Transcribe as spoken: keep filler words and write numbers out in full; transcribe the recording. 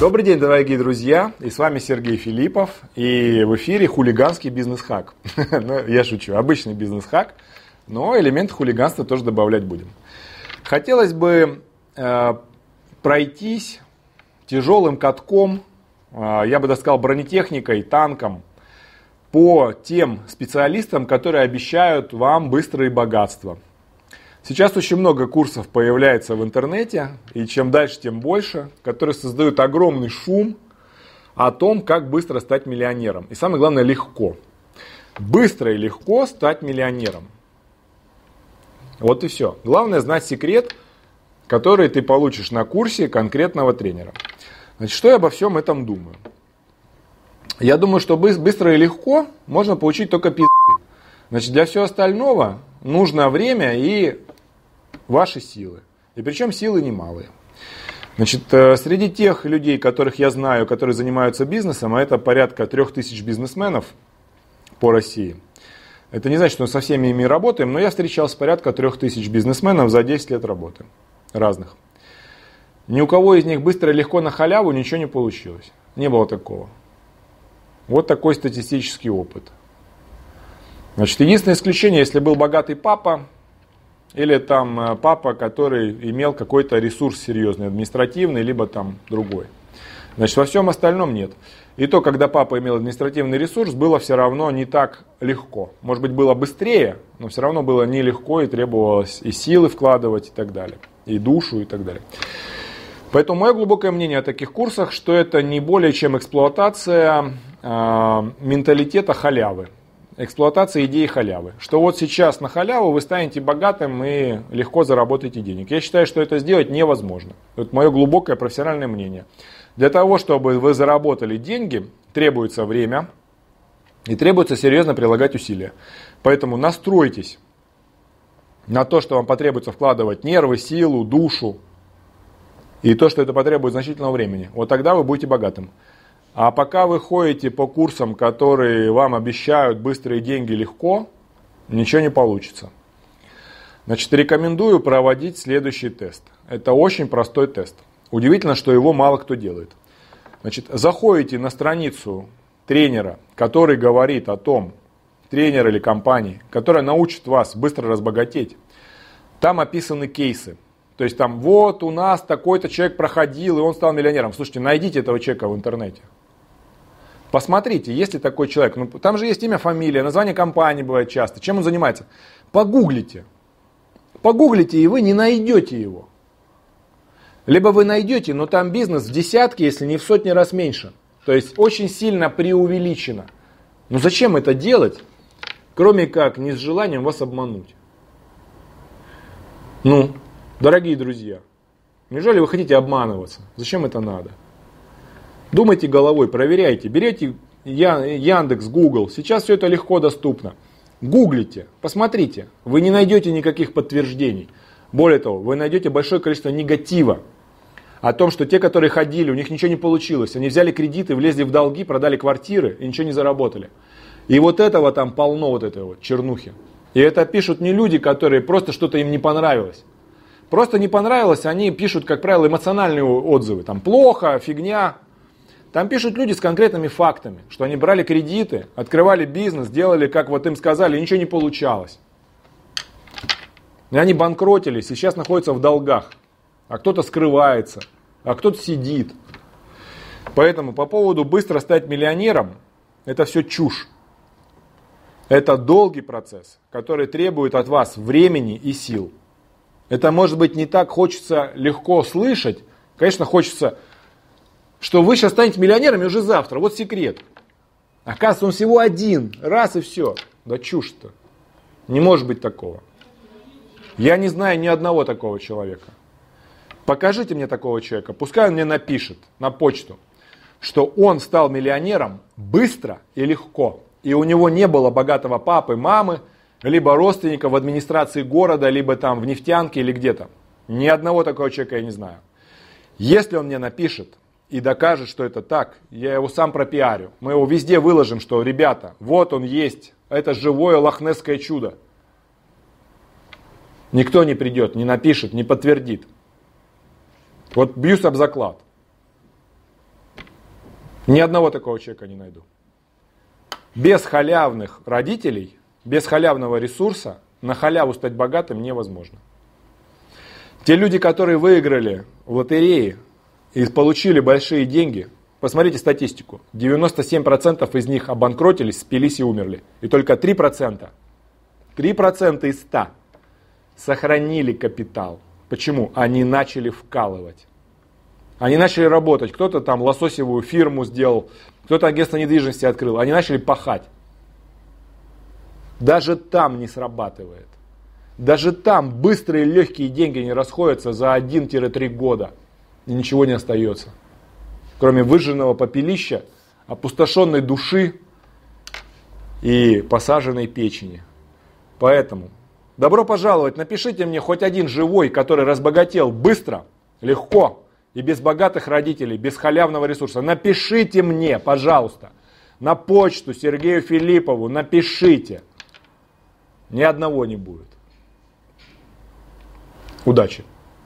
Добрый день, дорогие друзья, и с вами Сергей Филиппов, и в эфире хулиганский бизнес-хак. Ну, я шучу, обычный бизнес-хак, но элемент хулиганства тоже добавлять будем. Хотелось бы э, пройтись тяжелым катком, э, я бы даже сказал бронетехникой, танком, по тем специалистам, которые обещают вам быстрые богатства. Сейчас очень много курсов появляется в интернете, и чем дальше, тем больше, которые создают огромный шум о том, как быстро стать миллионером. И самое главное, легко. Быстро и легко стать миллионером. Вот и все. Главное знать секрет, который ты получишь на курсе конкретного тренера. Значит, что я обо всем этом думаю? Я думаю, что быстро и легко можно получить только пизды. Значит, для всего остального нужно время и ваши силы. И причем силы немалые. Значит, среди тех людей, которых я знаю, которые занимаются бизнесом, а это порядка трех тысяч бизнесменов по России. Это не значит, что мы со всеми ими работаем, но я встречался порядка трех тысяч бизнесменов за десять лет работы. Разных. Ни у кого из них быстро и легко на халяву ничего не получилось. Не было такого. Вот такой статистический опыт. Значит, единственное исключение, если был богатый папа, или там папа, который имел какой-то ресурс серьезный, административный, либо там другой. Значит, во всем остальном нет. И то, когда папа имел административный ресурс, было все равно не так легко. Может быть, было быстрее, но все равно было нелегко и требовалось и силы вкладывать и так далее. И душу и так далее. Поэтому мое глубокое мнение о таких курсах, что это не более чем эксплуатация э, менталитета халявы. Эксплуатация идеи халявы. Что вот сейчас на халяву вы станете богатым и легко заработаете денег. Я считаю, что это сделать невозможно. Это мое глубокое профессиональное мнение. Для того, чтобы вы заработали деньги, требуется время и требуется серьезно прилагать усилия. Поэтому настройтесь на то, что вам потребуется вкладывать нервы, силу, душу и то, что это потребует значительного времени. Вот тогда вы будете богатым. А пока вы ходите по курсам, которые вам обещают быстрые деньги легко, ничего не получится. Значит, рекомендую проводить следующий тест. Это очень простой тест. Удивительно, что его мало кто делает. Значит, заходите на страницу тренера, который говорит о том, тренер или компании, которая научит вас быстро разбогатеть. Там описаны кейсы. То есть там вот у нас такой-то человек проходил, и он стал миллионером. Слушайте, найдите этого человека в интернете. Посмотрите, есть ли такой человек. Ну, там же есть имя, фамилия, название компании бывает часто. Чем он занимается? Погуглите. Погуглите, и вы не найдете его. Либо вы найдете, но там бизнес в десятки, если не в сотни раз меньше. То есть очень сильно преувеличено. Но зачем это делать, кроме как не с желанием вас обмануть? Ну, дорогие друзья, неужели вы хотите обманываться? Зачем это надо? Думайте головой, проверяйте, берете Яндекс, Google, сейчас все это легко доступно. Гуглите, посмотрите, вы не найдете никаких подтверждений. Более того, вы найдете большое количество негатива о том, что те, которые ходили, у них ничего не получилось. Они взяли кредиты, влезли в долги, продали квартиры и ничего не заработали. И вот этого там полно, вот этой вот чернухи. И это пишут не люди, которые просто что-то им не понравилось. Просто не понравилось, они пишут, как правило, эмоциональные отзывы. Там плохо, фигня. Там пишут люди с конкретными фактами, что они брали кредиты, открывали бизнес, делали, как вот им сказали, и ничего не получалось. И они банкротились, и сейчас находятся в долгах. А кто-то скрывается, а кто-то сидит. Поэтому по поводу быстро стать миллионером, это все чушь. Это долгий процесс, который требует от вас времени и сил. Это, может быть, не так хочется легко слышать. Конечно, хочется, что вы сейчас станете миллионерами уже завтра. Вот секрет. Оказывается, он всего один. Раз и все. Да чушь-то. Не может быть такого. Я не знаю ни одного такого человека. Покажите мне такого человека. Пускай он мне напишет на почту, что он стал миллионером быстро и легко. И у него не было богатого папы, мамы, либо родственников в администрации города, либо там в нефтянке или где-то. Ни одного такого человека я не знаю. Если он мне напишет и докажет, что это так, я его сам пропиарю. Мы его везде выложим, что, ребята, вот он есть, это живое лохнесское чудо. Никто не придет, не напишет, не подтвердит. Вот бьюсь об заклад. Ни одного такого человека не найду. Без халявных родителей, без халявного ресурса на халяву стать богатым невозможно. Те люди, которые выиграли в лотерее и получили большие деньги, посмотрите статистику. девяносто семь процентов из них обанкротились, спились и умерли. И только три процента, три процента из ста сохранили капитал. Почему? Они начали вкалывать. Они начали работать. Кто-то там лососевую фирму сделал, кто-то агентство недвижимости открыл. Они начали пахать. Даже там не срабатывает. Даже там быстрые легкие деньги не расходятся за один-три года. И ничего не остается. Кроме выжженного попелища, опустошенной души и посаженной печени. Поэтому добро пожаловать. Напишите мне хоть один живой, который разбогател быстро, легко и без богатых родителей, без халявного ресурса. Напишите мне, пожалуйста, на почту Сергею Филиппову. Напишите. Ни одного не будет. Удачи!